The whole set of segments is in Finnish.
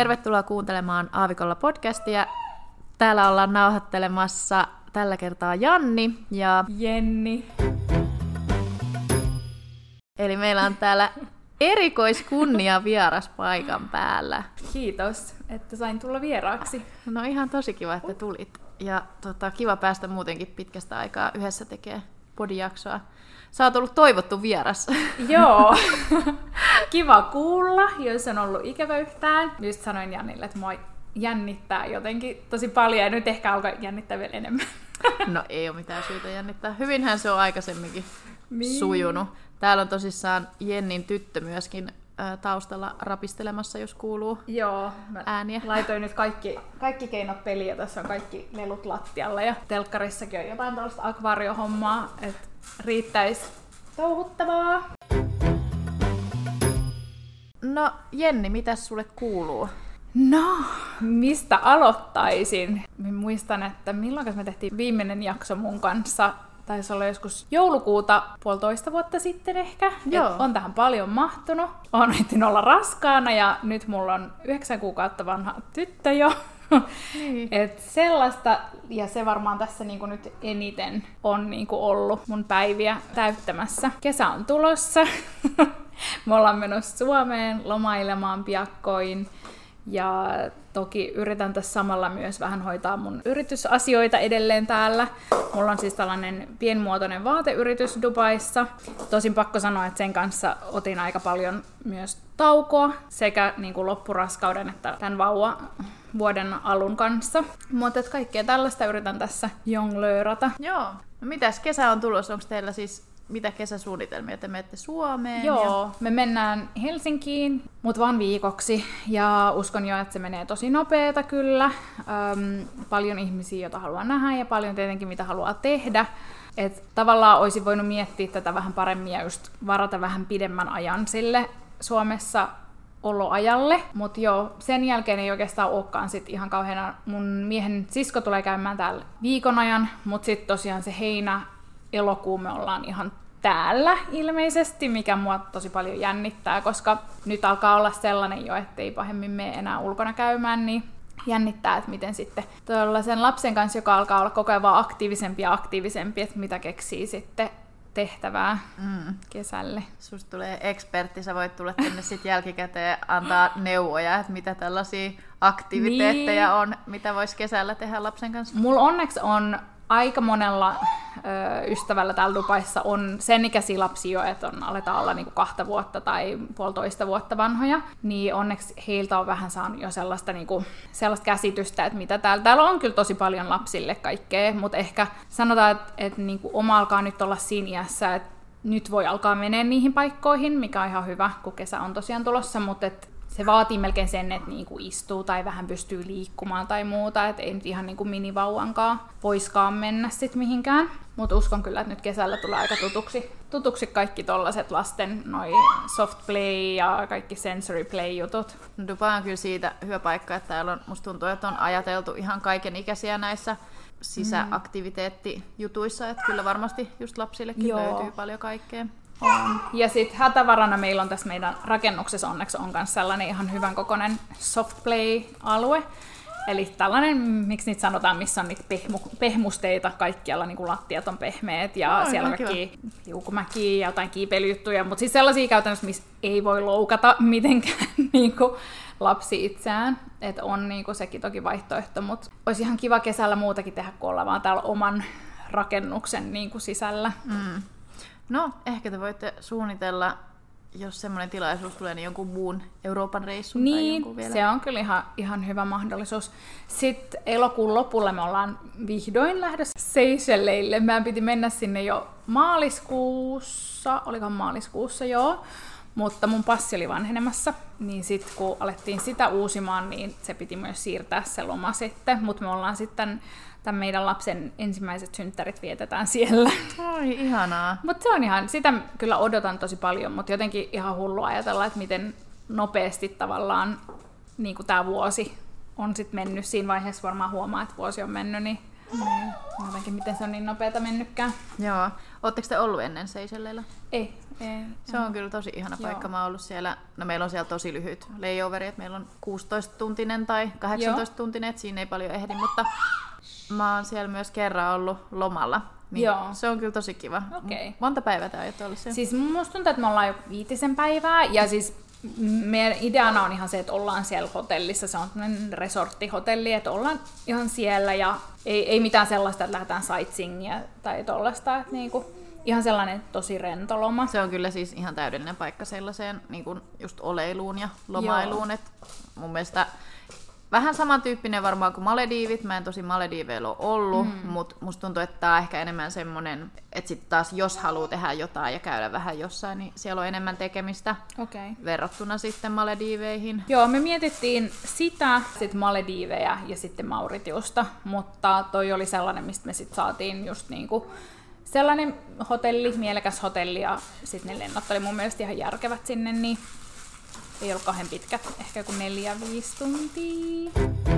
Tervetuloa kuuntelemaan Aavikolla podcastia. Täällä ollaan nauhoittelemassa tällä kertaa Janni ja Jenni. Eli meillä on täällä erikoiskunnia vieras paikan päällä. Kiitos, että sain tulla vieraaksi. No ihan tosi kiva, että tulit. Ja kiva päästä muutenkin pitkästä aikaa yhdessä tekemään podijaksoa. Sä oot ollut toivottu vieras. Joo, kiva kuulla, jos on ollut ikävä yhtään. Just sanoin Jannille, että mua jännittää jotenkin tosi paljon ja nyt ehkä alkaa jännittää vielä enemmän. No ei ole mitään syytä jännittää. Hyvinhän se on aikaisemminkin sujunut. Täällä on tosissaan Jennin tyttö myöskin taustalla rapistelemassa, jos kuuluu ääniä. Laitoin nyt kaikki keinot peliin ja tässä on kaikki lelut lattialla ja telkkarissakin on jotain tällaista akvaariohommaa, että riittäisi touhuttavaa. No Jenni, mitäs sulle kuuluu? No, mistä aloittaisin? Mä muistan, että milloin me tehtiin viimeinen jakso mun kanssa. Taisi olla joskus joulukuuta 1,5 vuotta sitten ehkä. On tähän paljon mahtunut. Olen ehtinyt olla raskaana ja nyt mulla on 9 kuukautta vanha tyttö jo. Et sellaista, ja se varmaan tässä niinku nyt eniten on niinku ollut mun päiviä täyttämässä. Kesä on tulossa. Me ollaan menossa Suomeen lomailemaan piakkoin. Ja toki yritän tässä samalla myös vähän hoitaa mun yritysasioita edelleen täällä. Mulla on siis tällainen pienmuotoinen vaateyritys Dubaissa. Tosin pakko sanoa, että sen kanssa otin aika paljon myös taukoa sekä niin kuin loppuraskauden että tämän vuoden alun kanssa. Mutta kaikkea tällaista yritän tässä jonglöörata. Joo. No mitäs kesä on tulossa? Onko teillä siis mitä kesäsuunnitelmia? Te menette Suomeen? Joo, me mennään Helsinkiin, mutta vaan viikoksi. Ja uskon jo, että se menee tosi nopeeta kyllä. Paljon ihmisiä, joita haluaa nähdä ja paljon tietenkin mitä haluaa tehdä. Et tavallaan olisin voinut miettiä tätä vähän paremmin ja just varata vähän pidemmän ajan sille Suomessa oloajalle. Mutta joo, sen jälkeen ei oikeastaan olekaan sit ihan kauheena. Mun miehen sisko tulee käymään täällä viikon ajan, mutta sitten tosiaan se heinä-elokuu me ollaan ihan täällä ilmeisesti, mikä mua tosi paljon jännittää, koska nyt alkaa olla sellainen jo, ettei pahemmin mene enää ulkona käymään, niin jännittää, että miten sitten sen lapsen kanssa, joka alkaa olla koko ajan vaan aktiivisempi, että mitä keksii sitten tehtävää kesälle. Susta tulee ekspertti, sä voit tulla tänne sitten jälkikäteen antaa neuvoja, että mitä tällaisia aktiviteetteja on, mitä voisi kesällä tehdä lapsen kanssa. Mulla onneksi on aika monella ystävällä täällä Dubaissa on sen ikäisiä lapsia jo, että aletaan olla niinku 2 vuotta tai 1,5 vuotta vanhoja, niin onneksi heiltä on vähän saanut jo sellaista käsitystä, että mitä täällä on kyllä tosi paljon lapsille kaikkea, mutta ehkä sanotaan, että niinku oma alkaa nyt olla siinä iässä, että nyt voi alkaa mennä niihin paikkoihin, mikä on ihan hyvä, kun kesä on tosiaan tulossa, mutta se vaatii melkein sen, että niinku istuu tai vähän pystyy liikkumaan tai muuta, että ei nyt ihan niinku minivauvankaan voiskaan mennä sit mihinkään. Mutta uskon kyllä, että nyt kesällä tulee aika tutuksi kaikki tollaset lasten noi soft play ja kaikki sensory play jutut. No Dubai on kyllä siitä hyvä paikka, että täällä on, musta tuntuu, että on ajateltu ihan kaiken ikäisiä näissä sisäaktiviteettijutuissa, että kyllä varmasti just lapsillekin löytyy paljon kaikkea. On. Ja sitten hätävarana meillä on tässä meidän rakennuksessa onneksi on myös sellainen ihan hyvän kokoinen soft play-alue. Eli tällainen, miksi niitä sanotaan, missä on niitä pehmusteita kaikkialla, niin kuin lattiat on pehmeät ja siellä on kaikki liukumäkiä ja jotain kiipeilyjuttuja, mutta siis sellaisia käytännössä, missä ei voi loukata mitenkään niin kuin lapsi itseään. Että on niin kuin sekin toki vaihtoehto, mutta olisi ihan kiva kesällä muutakin tehdä, kun ollaan vaan täällä oman rakennuksen niin kuin sisällä. No, ehkä te voitte suunnitella, jos semmoinen tilaisuus tulee, niin jonkun muun Euroopan reissun tai jonkun vielä. Se on kyllä ihan hyvä mahdollisuus. Sitten elokuun lopulla me ollaan vihdoin lähdössä Seychelleille. Mä piti mennä sinne jo olikohan maaliskuussa, mutta mun passi oli vanhenemassa. Niin sitten kun alettiin sitä uusimaan, niin se piti myös siirtää se loma sitten. Mutta me ollaan sitten tämän meidän lapsen ensimmäiset synttärit vietetään siellä. Oi, ihanaa. Mutta se on ihan, sitä kyllä odotan tosi paljon, mutta jotenkin ihan hullua ajatella, että miten nopeasti tavallaan niin kuin tämä vuosi on sitten mennyt. Siinä vaiheessa varmaan huomaa, että vuosi on mennyt, niin Jotenkin miten se on niin nopeeta mennytkään. Joo. Ootteko te ollut ennen Seychelleillä? Ei. Se on kyllä tosi ihana paikka. Mä oon ollut siellä, no meillä on siellä tosi lyhyt layoveri, että meillä on 16-tuntinen tai 18-tuntinen, että siinä ei paljon ehdi, mutta mä oon siellä myös kerran ollut lomalla. Niin se on kyllä tosi kiva. Okay. Monta päivää te aiot olla siellä? Siis musta tuntuu, että me ollaan jo 5 päivää ja siis meidän ideana on ihan se, että ollaan siellä hotellissa. Se on tämmöinen resorttihotelli, että ollaan ihan siellä ja ei mitään sellaista, että lähdetään sightseeingia tai tollaista. Että niinku, ihan sellainen tosi rento loma. Se on kyllä siis ihan täydellinen paikka sellaiseen niinku just oleiluun ja lomailuun. Et mun mielestä vähän samantyyppinen varmaan kuin Malediivit. Mä en tosi Malediiveilla ole ollut, mutta musta tuntuu, että tää on ehkä enemmän semmonen, että sit taas jos haluaa tehdä jotain ja käydä vähän jossain, niin siellä on enemmän tekemistä verrattuna sitten Malediiveihin. Joo, me mietittiin sitä, sitten Malediiveja ja sitten Mauritiusta, mutta toi oli sellainen, mistä me sitten saatiin just niinku sellainen hotelli, mielekäs hotelli ja sitten ne lennot oli mun mielestä ihan järkevät sinne, niin ei ollut kauhean pitkät, ehkä kuin 4-5 tuntia.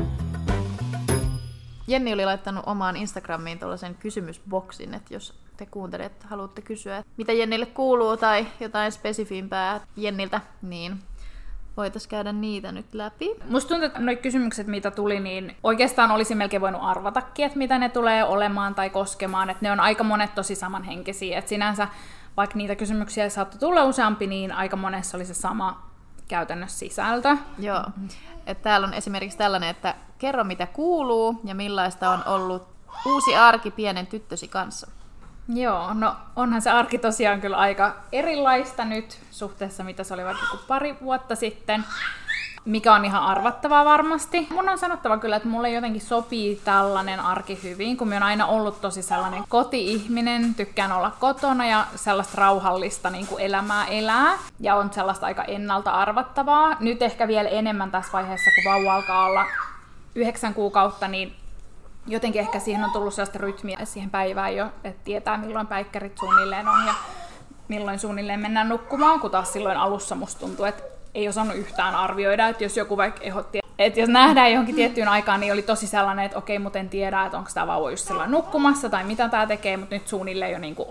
Jenni oli laittanut omaan Instagramiin tuollaisen kysymysboksin, että jos te kuuntelette, haluatte kysyä, mitä Jennille kuuluu tai jotain spesifimpää Jenniltä, niin voitaisiin käydä niitä nyt läpi. Musta tuntuu, että nuo kysymykset, mitä tuli, niin oikeastaan olisi melkein voinut arvatakin, että mitä ne tulee olemaan tai koskemaan. Että ne on aika monet tosi samanhenkisiä. Että sinänsä, vaikka niitä kysymyksiä saattoi tulla useampi, niin aika monessa oli se sama käytännössä sisältö. Joo. Että täällä on esimerkiksi tällainen, että kerro mitä kuuluu ja millaista on ollut uusi arki pienen tyttösi kanssa. Joo, no onhan se arki tosiaan kyllä aika erilaista nyt suhteessa, mitä se oli vaikka pari vuotta sitten, mikä on ihan arvattavaa varmasti. Mun on sanottava kyllä, että mulle jotenkin sopii tällainen arki hyvin, kun mä oon aina ollut tosi sellainen koti-ihminen, tykkään olla kotona ja sellaista rauhallista niin kuin elämää elää, ja on sellaista aika ennalta arvattavaa. Nyt ehkä vielä enemmän tässä vaiheessa, kun vauva alkaa olla 9 kuukautta, niin jotenkin ehkä siihen on tullut sellaista rytmiä siihen päivään jo, että tietää milloin päikkärit suunnilleen on ja milloin suunnilleen mennään nukkumaan, kun taas silloin alussa musta tuntuu, että ei osannut yhtään arvioida, että jos joku vaikka ehdotti, että jos nähdään johonkin tiettyyn aikaan, niin oli tosi sellainen, että okei, mutta en tiedä, että onko tämä vauva just silloin nukkumassa tai mitä tämä tekee, mutta nyt suunnilleen jo niin kuin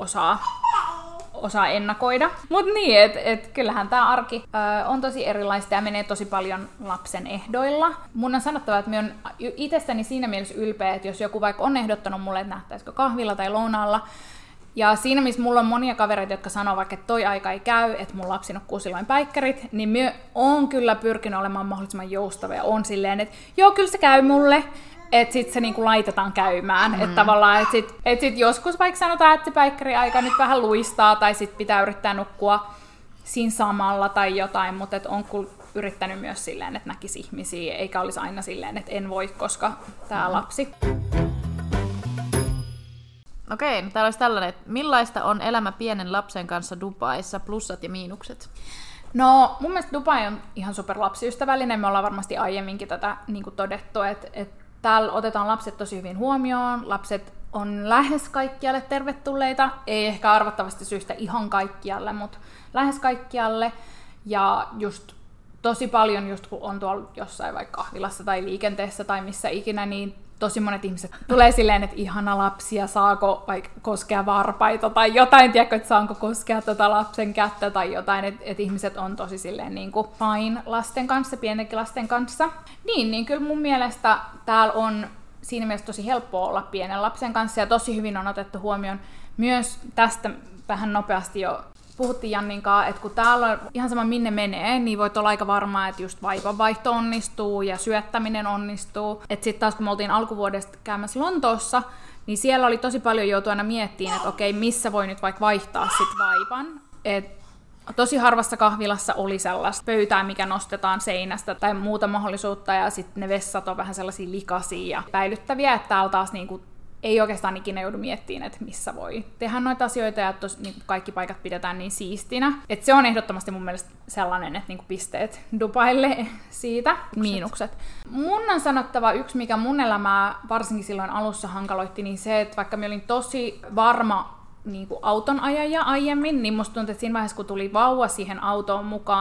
osaa ennakoida. Mutta niin, että kyllähän tämä arki on tosi erilaista ja menee tosi paljon lapsen ehdoilla. Mun on sanottava, että mä oon itsestäni siinä mielessä ylpeä, että jos joku vaikka on ehdottanut mulle, että nähtäisikö kahvilla tai lounaalla, ja siinä, missä mulla on monia kavereita, jotka sanoo vaikka, että toi aika ei käy, että mun lapsi nukkuu silloin päikkärit, niin mä oon kyllä pyrkinyt olemaan mahdollisimman joustava ja on silleen, että joo, kyllä se käy mulle, että sit se niinku laitetaan käymään. Että tavallaan, että sit joskus vaikka sanotaan, että se päikkäriaika nyt vähän luistaa tai sit pitää yrittää nukkua siinä samalla tai jotain, mutta on kyllä yrittänyt myös silleen, että näkisi ihmisiä, eikä olisi aina silleen, että en voi, koska tää lapsi. Okei, no täällä olisi tällainen, että millaista on elämä pienen lapsen kanssa Dubaissa, plussat ja miinukset? No mun mielestä Dubai on ihan super lapsiystävällinen, me ollaan varmasti aiemminkin tätä niin kuin todettu, että täällä otetaan lapset tosi hyvin huomioon, lapset on lähes kaikkialle tervetulleita, ei ehkä arvattavasti syystä ihan kaikkialle, mutta lähes kaikkialle, ja just tosi paljon, just kun on tuolla jossain vaikka kahvilassa tai liikenteessä tai missä ikinä, niin tosi monet ihmiset tulee silleen, että ihana lapsia, saako vaikka koskea varpaita tai jotain, tiedätkö, että saanko koskea tätä lapsen kättä tai jotain, että ihmiset on tosi silleen niin kuin fine lasten kanssa, pienenkin lasten kanssa. Niin kyllä mun mielestä täällä on siinä mielessä tosi helppoa olla pienen lapsen kanssa ja tosi hyvin on otettu huomioon myös tästä vähän nopeasti jo puhuttiin Jannin kanssa, että kun täällä on ihan sama minne menee, niin voit olla aika varmaa, että just vaivanvaihto onnistuu ja syöttäminen onnistuu. Että sitten taas kun me oltiin alkuvuodesta käymässä Lontoossa, niin siellä oli tosi paljon joutu aina miettimään, että okei, missä voi nyt vaikka vaihtaa sit vaivan. Et tosi harvassa kahvilassa oli sellaista pöytää, mikä nostetaan seinästä tai muuta mahdollisuutta, ja sitten ne vessat on vähän sellaisia likaisia ja päilyttäviä, että täällä taas niinku ei oikeastaan ikinä joudu miettimään, että missä voi tehdä noita asioita ja että niin kaikki paikat pidetään niin siistinä. Että se on ehdottomasti mun mielestä sellainen, että niin pisteet Dubaille siitä. Miinukset. Mun on sanottava yksi, mikä mun elämää varsinkin silloin alussa hankaloitti, niin se, että vaikka mä olin tosi varma niin kuin auton ajaja aiemmin, niin musta tuntuu, että siinä vaiheessa, kun tuli vauva siihen autoon mukaan,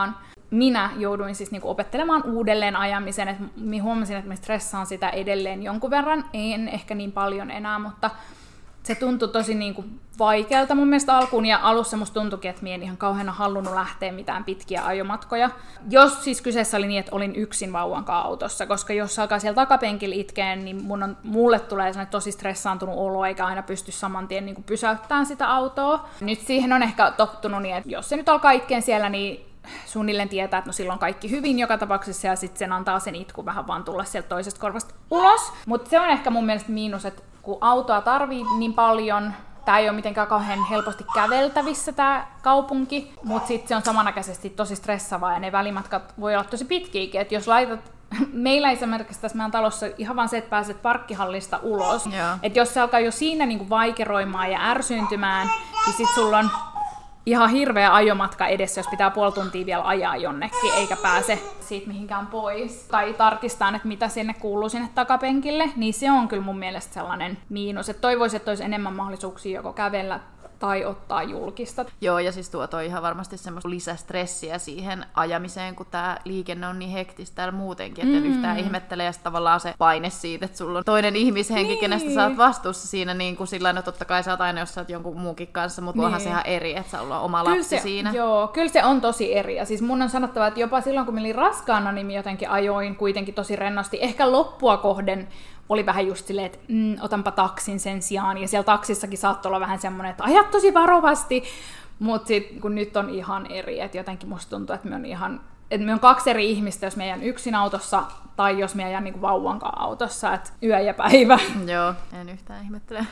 minä jouduin siis niinku opettelemaan uudelleen ajamisen, että huomasin, että mä stressaan sitä edelleen jonkun verran, en ehkä niin paljon enää, mutta se tuntui tosi niinku vaikealta mun mielestä alkuun, ja alussa musta tuntuikin, että mä en ihan kauheena halunnut lähteä mitään pitkiä ajomatkoja. Jos siis kyseessä oli niin, että olin yksin vauvan kanssa autossa, koska jos alkaa siellä takapenkillä itkeen, niin mulle tulee sellainen tosi stressaantunut olo, eikä aina pysty saman tien niinku pysäyttämään sitä autoa. Nyt siihen on ehkä tottunut niin, että jos se nyt alkaa itkeen siellä, niin suunnilleen tietää, että no silloin kaikki hyvin joka tapauksessa, ja sitten sen antaa sen itku vähän vaan tulla sieltä toisesta korvasta ulos. Mutta se on ehkä mun mielestä miinus, että kun autoa tarvii niin paljon, tää ei ole mitenkään kauhean helposti käveltävissä tää kaupunki, mutta sitten se on samanaikaisesti tosi stressaavaa, ja ne välimatkat voi olla tosi pitkiäkin, että jos laitat meillä esimerkiksi tässä meidän talossa ihan vaan se, että pääset parkkihallista ulos, että jos se alkaa jo siinä niinku vaikeroimaan ja ärsyyntymään, niin sit sulla on ihan hirveä ajomatka edessä, jos pitää puoli tuntia vielä ajaa jonnekin, eikä pääse siitä mihinkään pois. Tai tarkistaa, että mitä sinne kuuluu sinne takapenkille, niin se on kyllä mun mielestä sellainen miinus. Että toivoisin, että olisi enemmän mahdollisuuksia joko kävellä tai ottaa julkista. Joo, ja siis tuo toi ihan varmasti semmoista lisästressiä siihen ajamiseen, kun tää liikenne on niin hektistä täällä muutenkin, että yhtään ihmettelee, ja tavallaan se paine siitä, että sulla on toinen ihmishenki, kenestä sä oot vastuussa siinä, niin kuin sillä no totta kai sä oot aina, jos sä oot jonkun muunkin kanssa, mutta onhan se ihan eri, että sulla on oma lapsi siinä. Joo, kyllä se on tosi eri, ja siis mun on sanottava, että jopa silloin, kun mä olin raskaana, niin mä jotenkin ajoin kuitenkin tosi rennosti, ehkä loppua kohden, oli vähän just silleen, että otanpa taksin sen sijaan, ja siellä taksissakin saattoi olla vähän semmoinen, että ajat tosi varovasti, mutta sitten kun nyt on ihan eri, että jotenkin musta tuntuu, että me on kaksi eri ihmistä, jos me jään yksin autossa, tai jos me jään niinku vauvankaan autossa, että yö ja päivä. Joo, en yhtään ihmettele.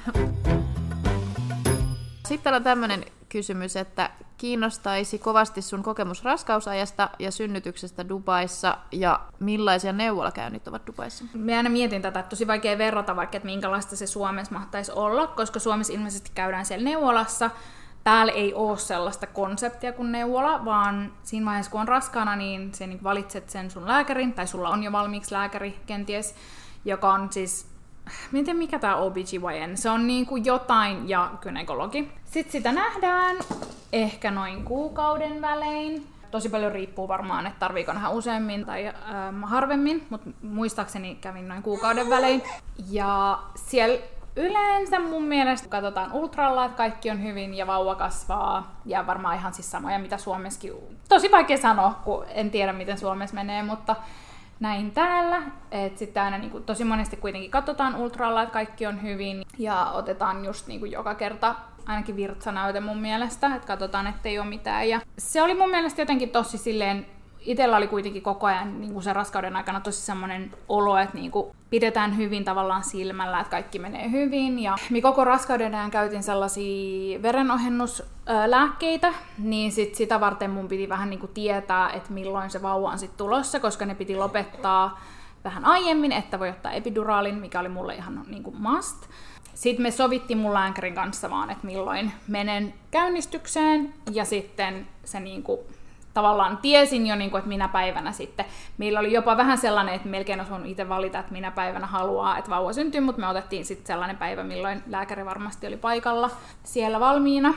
Sitten on tämmöinen kysymys, että kiinnostaisi kovasti sun kokemus raskausajasta ja synnytyksestä Dubaissa, ja millaisia neuvolakäynnit ovat Dubaissa? Mä aina mietin tätä, että tosi vaikea verrata vaikka, että minkälaista se Suomessa mahtaisi olla, koska Suomessa ilmeisesti käydään siellä neuvolassa. Täällä ei ole sellaista konseptia kuin neuvola, vaan siinä vaiheessa, kun on raskaana, niin sä niin valitset sen sun lääkärin, tai sulla on jo valmiiksi lääkäri kenties, joka on siis, miten mikä tää OBGYN, se on niinku jotain ja gynekologi. Sitten sitä nähdään ehkä noin kuukauden välein. Tosi paljon riippuu varmaan, että tarviiko nähdä useammin tai harvemmin, mutta muistaakseni kävin noin kuukauden välein. Ja siellä yleensä mun mielestä katsotaan ultralla, että kaikki on hyvin ja vauva kasvaa. Ja varmaan ihan siis samoja, mitä Suomessakin. Tosi vaikea sanoa, kun en tiedä, miten Suomessa menee, mutta näin täällä. Sitten aina niin kuin, tosi monesti kuitenkin katsotaan ultralla, että kaikki on hyvin. Ja otetaan just niin kuin joka kerta ainakin virtsanäyte mun mielestä, että katsotaan, ettei ole mitään. Ja se oli mun mielestä jotenkin tosi silleen, itsellä oli kuitenkin koko ajan niin kuin sen raskauden aikana tosi semmoinen olo, että niin kuin pidetään hyvin tavallaan silmällä, että kaikki menee hyvin. Ja minä koko raskauden ajan käytin sellaisia verenohennuslääkkeitä, niin sitä varten mun piti vähän niin kuin tietää, että milloin se vauva on sitten tulossa, koska ne piti lopettaa vähän aiemmin, että voi ottaa epiduraalin, mikä oli mulle ihan niin kuin must. Sitten me sovittiin mun lääkärin kanssa vaan, että milloin menen käynnistykseen, ja sitten se niinku, tavallaan tiesin jo, niinku, että minä päivänä sitten. Meillä oli jopa vähän sellainen, että melkein olisi voinut itse valita, että minä päivänä haluaa, että vauva syntyy, mutta me otettiin sitten sellainen päivä, milloin lääkäri varmasti oli paikalla siellä valmiina.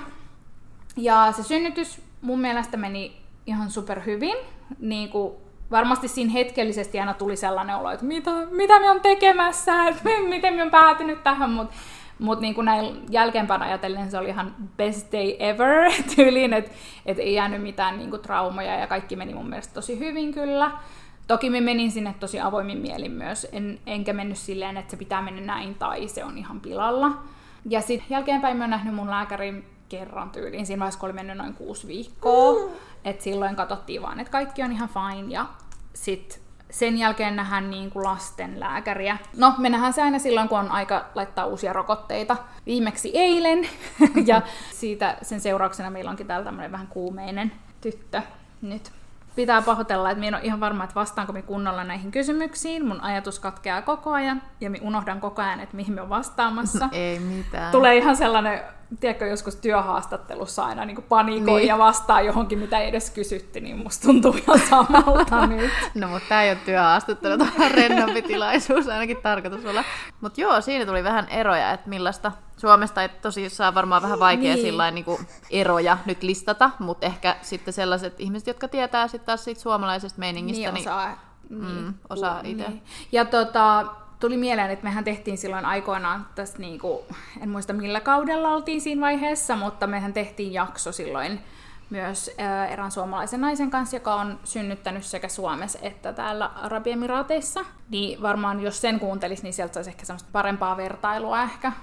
Ja se synnytys mun mielestä meni ihan superhyvin, niinku, varmasti siinä hetkellisesti aina tuli sellainen olo, että mitä me on tekemässä, että miten me on päätynyt tähän, mutta niin kuin näin jälkeenpäin ajatellen se oli ihan best day ever tyyliin, että ei jäänyt mitään niin kuin traumoja ja kaikki meni mun mielestä tosi hyvin kyllä. Toki mä menin sinne tosi avoimin mielin myös, enkä mennyt silleen, että se pitää mennä näin tai se on ihan pilalla. Ja sitten jälkeenpäin mä oon nähnyt mun lääkärin kerran tyyliin, siinä vaiheessa kun oli mennyt noin 6 viikkoa, että silloin katsottiin vaan, että kaikki on ihan fine, ja sitten sen jälkeen nähdään niin kuin lastenlääkäriä. No, me nähdään se aina silloin, kun on aika laittaa uusia rokotteita. Viimeksi eilen, ja siitä sen seurauksena meillä onkin täällä tämmöinen vähän kuumeinen tyttö nyt. Pitää pahoitella, että minä en ole ihan varma, että vastaanko minä kunnolla näihin kysymyksiin. Mun ajatus katkeaa koko ajan, ja minä unohdan koko ajan, että mihin minä olen vastaamassa. Ei mitään. Tulee ihan sellainen, tiedätkö, joskus työhaastattelussa aina niin panikoi niin. Ja vastaa johonkin, mitä ei edes kysytti, niin musta tuntuu ihan samalta nyt. No, mutta tämä ei ole työhaastattelu, tämä on rennompi tilaisuus, ainakin tarkoitus olla. Mutta joo, siinä tuli vähän eroja, että millaista Suomesta ei tosissaan varmaan vähän vaikea sillain niin kuin eroja nyt listata, mutta ehkä sitten sellaiset ihmiset, jotka tietää sitten taas siitä suomalaisesta meiningistä, osaa itse. Niin. Ja tuli mieleen, että mehän tehtiin silloin aikoinaan, tästä niinku, en muista millä kaudella oltiin siinä vaiheessa, mutta mehän tehtiin jakso silloin myös erään suomalaisen naisen kanssa, joka on synnyttänyt sekä Suomessa että täällä Arabiemiraateissa. Niin varmaan jos sen kuuntelisi, niin sieltä saisi ehkä semmoista parempaa vertailua ehkä.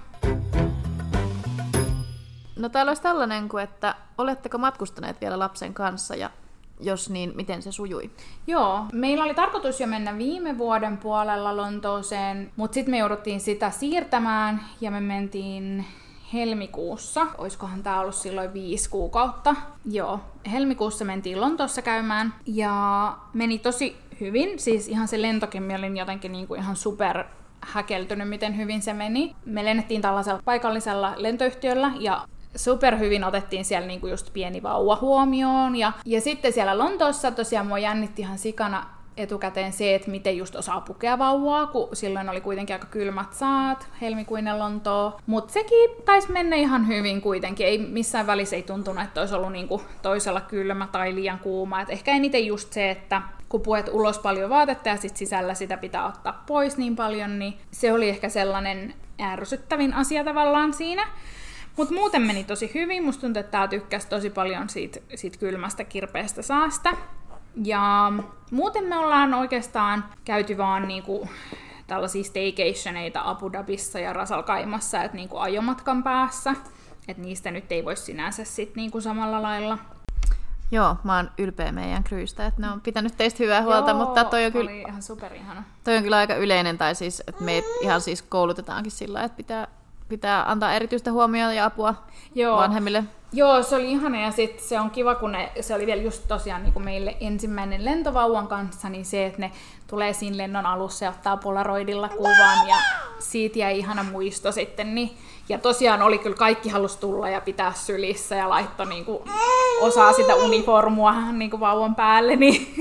No täällä olisi tällainen, että oletteko matkustaneet vielä lapsen kanssa ja jos niin, miten se sujui? Joo, meillä oli tarkoitus jo mennä viime vuoden puolella Lontooseen, mutta sitten me jouduttiin sitä siirtämään ja me mentiin helmikuussa. Oiskohan tää ollut silloin 5 kuukautta? Joo, helmikuussa mentiin Lontoossa käymään ja meni tosi hyvin. Siis ihan se lentokin, mä olin jotenkin niinku ihan super häkeltynyt, miten hyvin se meni. Me lennettiin tällaisella paikallisella lentoyhtiöllä ja superhyvin otettiin siellä niinku just pieni vauva huomioon. Ja sitten siellä Lontoossa tosiaan mua jännitti ihan sikana etukäteen se, että miten just osaa pukea vauvaa, kun silloin oli kuitenkin aika kylmät saat, helmikuinen Lontoo. Mutta sekin taisi mennä ihan hyvin kuitenkin. Ei missään välissä ei tuntunut, että olisi ollut niinku toisella kylmä tai liian kuuma. Et ehkä eniten just se, että kun puet ulos paljon vaatetta ja sit sisällä sitä pitää ottaa pois niin paljon, niin se oli ehkä sellainen ärsyttävin asia tavallaan siinä. Mutta muuten meni tosi hyvin. Musta tuntuu, että tää tykkäsi tosi paljon siitä kylmästä kirpeästä saasta. Ja muuten me ollaan oikeastaan käyty vaan niinku tällaisia staycationeita Abu Dhabissa ja Ras Al Khaimassa, että niinku ajomatkan päässä. Että niistä nyt ei voi sinänsä sit niinku samalla lailla. Joo, mä oon ylpeä meidän kryystä, että ne on pitänyt teistä hyvää huolta, mutta toi on kyllä, ihan superihana. Toi on kyllä aika yleinen, tai siis, että meitä ihan siis koulutetaankin sillä, että pitää antaa erityistä huomiota ja apua vanhemmille. Joo, se oli ihana ja sitten se on kiva, kun se oli vielä just tosiaan niin kuin meille ensimmäinen lentovauvan kanssa, niin se, että ne tulee siinä lennon alussa ja ottaa polaroidilla kuvan ja siitä jäi ihana muisto sitten. Niin. Ja tosiaan oli kyllä kaikki halus tulla ja pitää sylissä ja laittoi niin kuin osaa sitä uniformua niin kuin vauvan päälle. Niin.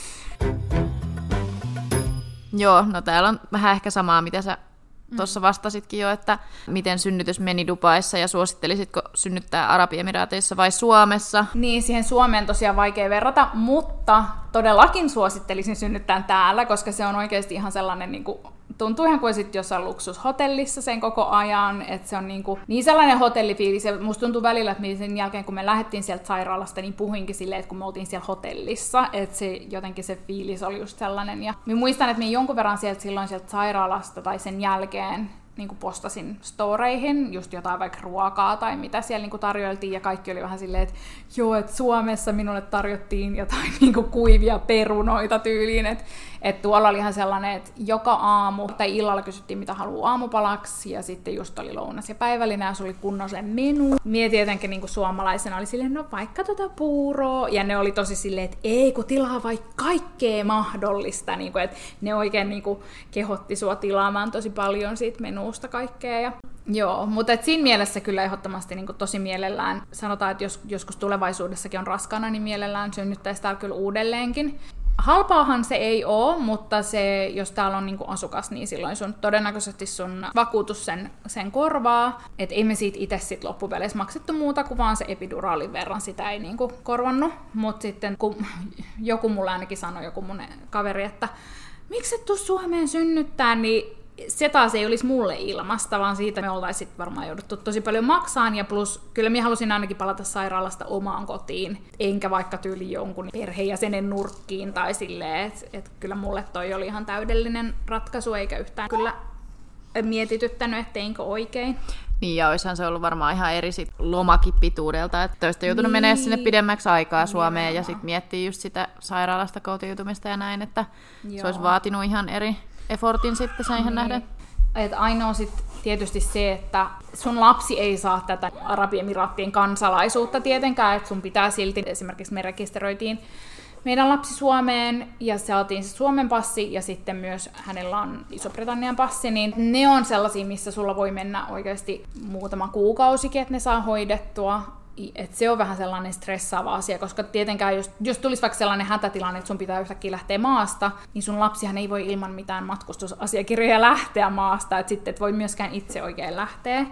Joo, no täällä on vähän ehkä samaa, mitä sä tuossa vastasitkin jo, että miten synnytys meni Dubaissa ja suosittelisitko synnyttää Arabiemiraateissa vai Suomessa? Niin, siihen Suomeen tosiaan vaikea verrata, mutta todellakin suosittelisin synnyttää täällä, koska se on oikeasti ihan sellainen, niin kuin, tuntuu ihan kuin sit jossain luksushotellissa sen koko ajan, että se on niin sellainen hotellifiilis. Ja musta tuntuu välillä, että sen jälkeen kun me lähdettiin sieltä sairaalasta, niin puhuinkin silleen, että kun me oltiin siellä hotellissa, että se jotenkin se fiilis oli just sellainen. Ja mä muistan, että me jonkun verran sieltä sairaalasta tai sen jälkeen niin kuin postasin storeihin just jotain vaikka ruokaa tai mitä siellä niin kuin tarjoiltiin, ja kaikki oli vähän silleen, että joo, että Suomessa minulle tarjottiin jotain niin kuin kuivia perunoita tyyliin, että tuolla oli ihan sellainen, että joka aamu tai illalla kysyttiin, mitä haluaa aamupalaksi, ja sitten just oli lounas ja päivällinen, ja se oli kunnollinen menu. Mie tietenkin niin kuin suomalaisena oli silleen, no vaikka puuroa, ja ne oli tosi silleen, että ei, kun tilaa vaikka kaikkea mahdollista, niin kuin, että ne oikein niin kuin kehotti sua tilaamaan tosi paljon siitä menusta kaikkea. Ja joo, mutta siinä mielessä kyllä ehdottomasti niin kuin tosi mielellään, sanotaan, että jos joskus tulevaisuudessakin on raskaana, niin mielellään synnyttäisi täällä kyllä uudelleenkin. Halpaahan se ei ole, mutta se, jos täällä on niinku asukas, niin silloin todennäköisesti sun vakuutus sen korvaa. Et ei me siitä itse sit loppupeleissä maksettu muuta kuin vaan se epiduraalin verran, sitä ei niinku korvannut. Mutta sitten kun joku mulle ainakin sanoi, joku mun kaveri, että miksi et tuu Suomeen synnyttää, niin se taas ei olisi mulle ilmasta, vaan siitä me oltaisiin varmaan jouduttu tosi paljon maksaan, ja plus kyllä minä halusin ainakin palata sairaalasta omaan kotiin, enkä vaikka tyyli jonkun perheenjäsenen nurkkiin tai silleen, että kyllä mulle toi oli ihan täydellinen ratkaisu, eikä yhtään kyllä mietityttänyt, että teinkö oikein. Niin, ja olisihan se ollut varmaan ihan eri sit lomakin pituudelta, että olisitte joutunut menemään sinne pidemmäksi aikaa Suomeen ja sitten miettiä just sitä sairaalasta kotiutumista ja näin, että se olisi vaatinut ihan eri effortin sitten siihen nähden. Et ainoa sitten tietysti se, että sun lapsi ei saa tätä Arabiemiraattien kansalaisuutta tietenkään, että sun pitää silti, esimerkiksi me rekisteröitiin meidän lapsi Suomeen ja saatiin se Suomen passi ja sitten myös hänellä on Iso-Britannian passi, niin ne on sellaisia, missä sulla voi mennä oikeasti muutama kuukausikin, että ne saa hoidettua. Et se on vähän sellainen stressaava asia, koska tietenkään jos tulisi vaikka sellainen hätätilanne, että sun pitää yhtäkkiä lähteä maasta, niin sun lapsihan ei voi ilman mitään matkustusasiakirjoja lähteä maasta, että sitten et voi myöskään itse oikein lähteä.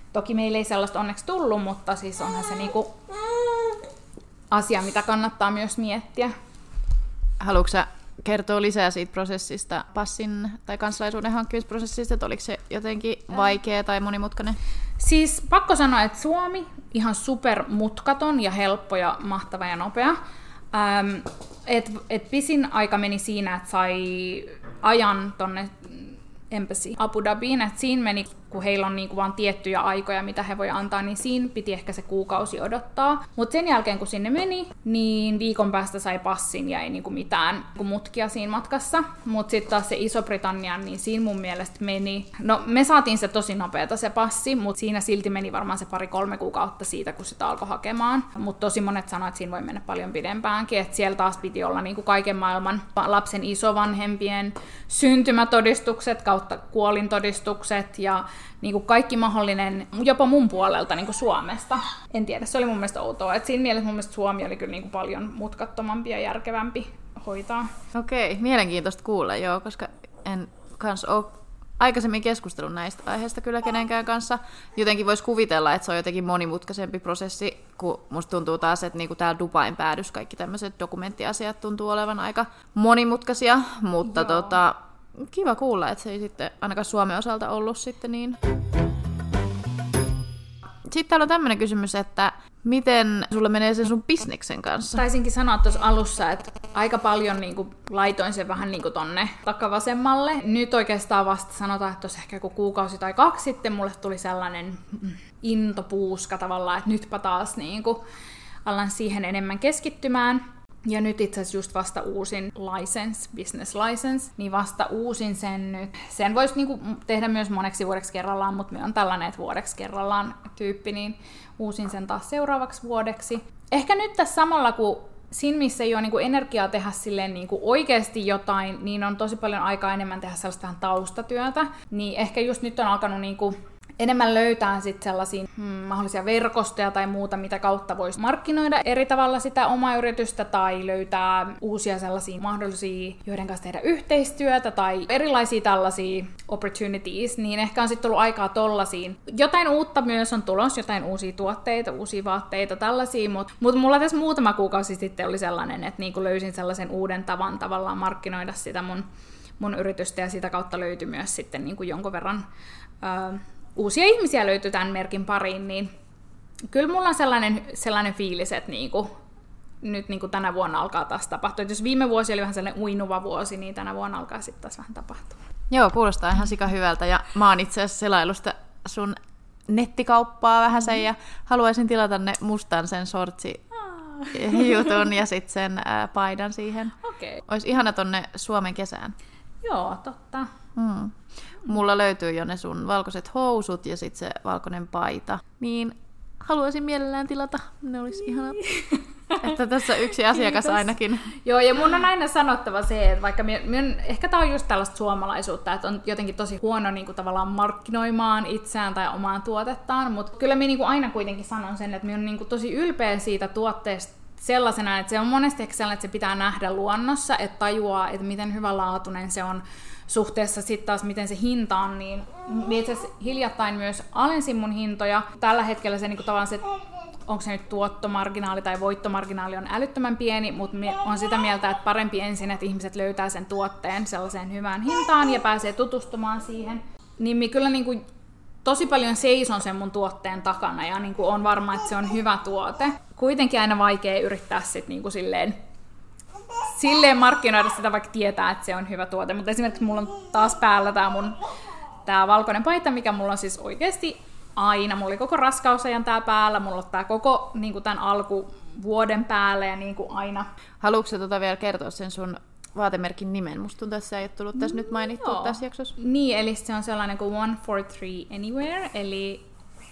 Toki meillä ei sellaista onneksi tullut, mutta siis onhan se niinku asia, mitä kannattaa myös miettiä. Haluatko sä kertoa lisää siitä prosessista, passin tai kansalaisuuden hankkimisprosessista, että oliko se jotenkin vaikea tai monimutkainen? Siis pakko sanoa, että Suomi ihan supermutkaton ja helppo ja mahtava ja nopea. Et pisin aika meni siinä, että sai ajan tonne Embassy Abu Dhabiin, että siinä meni, kun heillä on niinku vaan tiettyjä aikoja, mitä he voi antaa, niin siinä piti ehkä se kuukausi odottaa. Mutta sen jälkeen, kun sinne meni, niin viikon päästä sai passin ja ei niinku mitään mutkia siinä matkassa. Mutta sitten taas se Iso-Britannia, niin siinä mun mielestä meni. No me saatiin se tosi nopeata se passi, mutta siinä silti meni varmaan se 2-3 kuukautta siitä, kun sitä alkoi hakemaan. Mutta tosi monet sanoivat, että siinä voi mennä paljon pidempäänkin, että siellä taas piti olla niinku kaiken maailman lapsen isovanhempien syntymätodistukset kautta kuolintodistukset ja niinku kaikki mahdollinen, jopa mun puolelta niinku Suomesta. En tiedä, se oli mun mielestä outoa. Et siinä mielessä mun mielestä Suomi oli kyllä niinku paljon mutkattomampi ja järkevämpi hoitaa. Okei, mielenkiintoista kuulla, joo, koska en kans ole aikaisemmin keskustellut näistä aiheista kyllä kenenkään kanssa. Jotenkin voisi kuvitella, että se on jotenkin monimutkaisempi prosessi, kun musta tuntuu taas, että niinku täällä Dubain päädys kaikki tämmöiset dokumenttiasiat tuntuu olevan aika monimutkaisia, mutta kiva kuulla, että se ei sitten ainakaan Suomen osalta ollut sitten niin. Sitten täällä on tämmöinen kysymys, että miten sulle menee sen sun bisneksen kanssa? Taisinkin sanoa tuossa alussa, että aika paljon niinku laitoin sen vähän niinku tonne takavasemmalle. Nyt oikeastaan vasta sanotaan, että tuossa ehkä joku kuukausi tai 2 sitten mulle tuli sellainen intopuuska tavallaan, että nytpä taas niinku alan siihen enemmän keskittymään. Ja nyt itse asiassa just vasta uusin business license, niin vasta uusin sen nyt. Sen voisi niinku tehdä myös moneksi vuodeksi kerrallaan, mutta me on tällainen, että vuodeksi kerrallaan tyyppi, niin uusin sen taas seuraavaksi vuodeksi. Ehkä nyt tässä samalla, kun siinä missä ei ole niinku energiaa tehdä silleen niinku oikeasti jotain, niin on tosi paljon aikaa enemmän tehdä sellaista vähän taustatyötä. Niin ehkä just nyt on alkanut niinku enemmän löytää sitten sellaisia mahdollisia verkostoja tai muuta, mitä kautta voisi markkinoida eri tavalla sitä omaa yritystä tai löytää uusia sellaisia mahdollisia, joiden kanssa tehdä yhteistyötä tai erilaisia tällaisia opportunities, niin ehkä on sitten tullut aikaa tollasiin. Jotain uutta myös on tulossa, jotain uusia tuotteita, uusia vaatteita, tällaisia, mutta mulla tässä muutama kuukausi sitten oli sellainen, että niinku löysin sellaisen uuden tavan tavallaan markkinoida sitä mun yritystä ja sitä kautta löytyi myös sitten niinku jonkun verran uusia ihmisiä löytyi tämän merkin pariin, niin kyllä mulla on sellainen fiilis, että nyt tänä vuonna alkaa taas tapahtua. Et jos viime vuosi oli vähän sellainen uinuva vuosi, niin tänä vuonna alkaa sitten taas vähän tapahtua. Joo, kuulostaa ihan sika hyvältä ja mä oon itse asiassa selailusta sun nettikauppaa vähän sen ja haluaisin tilata ne mustan sen jutun ja sitten sen paidan siihen. Okay. Olisi ihana tonne Suomen kesään. Joo, totta. Mulla löytyy jo ne sun valkoiset housut ja sitten se valkoinen paita. Niin haluaisin mielellään tilata. Ne olisi ihanat. Että tässä yksi asiakas ainakin. Joo, ja mun on aina sanottava se, että vaikka ehkä tää on just tällaista suomalaisuutta, että on jotenkin tosi huono niinku tavallaan markkinoimaan itseään tai omaan tuotettaan, mutta kyllä minä niinku aina kuitenkin sanon sen, että minä olen niinku tosi ylpeä siitä tuotteesta sellaisena, että se on monesti ehkä sellainen, että se pitää nähdä luonnossa, että tajuaa, että miten hyvälaatuinen se on suhteessa sitten taas, miten se hinta on, niin itse asiassa hiljattain myös alensin mun hintoja. Tällä hetkellä se niinku tavallaan se, onko se nyt tuottomarginaali tai voittomarginaali on älyttömän pieni, mutta on sitä mieltä, että parempi ensin, että ihmiset löytää sen tuotteen sellaiseen hyvään hintaan ja pääsee tutustumaan siihen. Niin minä kyllä niinku tosi paljon seison sen mun tuotteen takana ja niinku on varma, että se on hyvä tuote. Kuitenkin aina vaikea yrittää sit niinku silleen markkinoida sitä, vaikka tietää, että se on hyvä tuote. Mutta esimerkiksi mulla on taas päällä tää valkoinen paita, mikä mulla on siis oikeasti aina. Mulla oli koko raskausajan tää päällä, mulla on tää koko niin tämän alkuvuoden päällä ja niin kuin aina. Haluatko vielä kertoa sen sun vaatemerkin nimen? Musta tuntuu, että se ei ole tullut tässä nyt mainittu tässä jaksossa. Niin, eli se on sellainen kuin 143 Anywhere, eli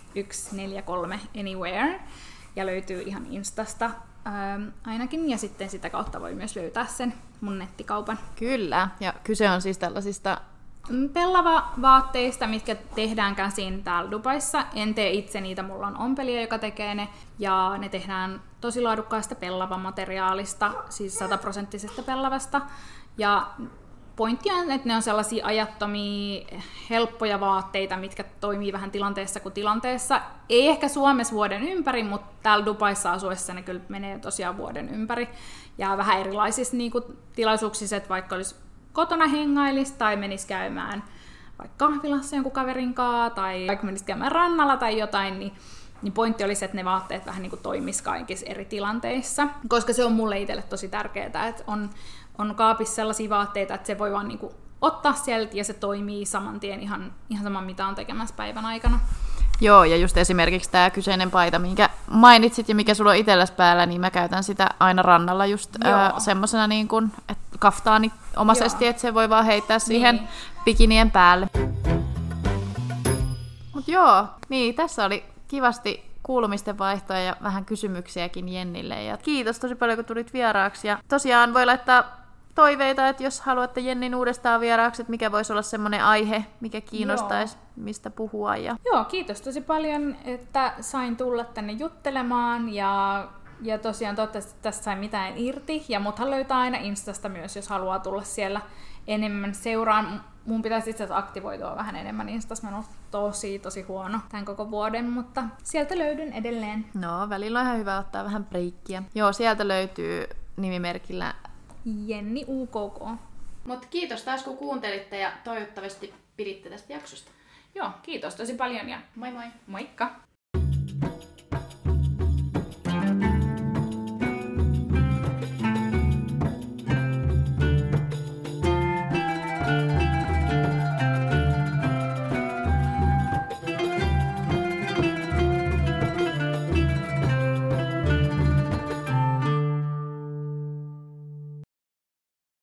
143 Anywhere. Ja löytyy ihan Instasta ainakin, ja sitten sitä kautta voi myös löytää sen mun nettikaupan. Kyllä, ja kyse on siis tällaisista pellava-vaatteista, mitkä tehdään käsin täällä Dubaissa. En tee itse niitä, mulla on ompelija, joka tekee ne, ja ne tehdään tosi laadukkaasta pellavamateriaalista, siis 100% pellavasta. Ja pointti on, että ne on sellaisia ajattomia, helppoja vaatteita, mitkä toimii vähän tilanteessa kuin tilanteessa. Ei ehkä Suomessa vuoden ympäri, mutta täällä Dubaissa asuessa ne kyllä menee tosiaan vuoden ympäri. Ja vähän erilaisissa niin kuin tilaisuuksissa, että vaikka olisi kotona hengailisi tai menisi käymään vaikka kahvilassa jonkun kaverin kanssa tai vaikka menisi käymään rannalla tai jotain, niin pointti olisi, että ne vaatteet vähän niin kuin toimisi kaikissa eri tilanteissa. Koska se on mulle itselle tosi tärkeää, että on kaapissa sellaisia vaatteita, että se voi vaan niin kuin ottaa sieltä ja se toimii saman tien ihan saman, mitä on tekemässä päivän aikana. Joo, ja just esimerkiksi tämä kyseinen paita, minkä mainitsit ja mikä sulla on itselläsi päällä, niin mä käytän sitä aina rannalla just semmosena niin kuin, että kaftaani omaisesti, että se voi vaan heittää siihen bikinien päälle. Mut joo, niin tässä oli kivasti kuulumisten vaihtoja ja vähän kysymyksiäkin Jennille. Ja kiitos tosi paljon, kun tulit vieraaksi. Ja tosiaan voi laittaa toiveita, että jos haluatte Jennin uudestaan vieraaksi, että mikä voisi olla semmoinen aihe, mikä kiinnostaisi, mistä puhua. Joo, kiitos tosi paljon, että sain tulla tänne juttelemaan ja tosiaan toivottavasti tästä sain mitään irti. Ja muthan löytää aina Instasta myös, jos haluaa tulla siellä enemmän seuraan. Mun pitäisi itse asiassa aktivoitua vähän enemmän Instassa. Mä oon tosi huono tämän koko vuoden, mutta sieltä löydyn edelleen. No, välillä on ihan hyvä ottaa vähän breikkiä. Joo, sieltä löytyy nimimerkillä Jenni UKK. Mutta kiitos taas kun kuuntelitte ja toivottavasti piditte tästä jaksosta. Joo, kiitos tosi paljon ja moi moi. Moikka!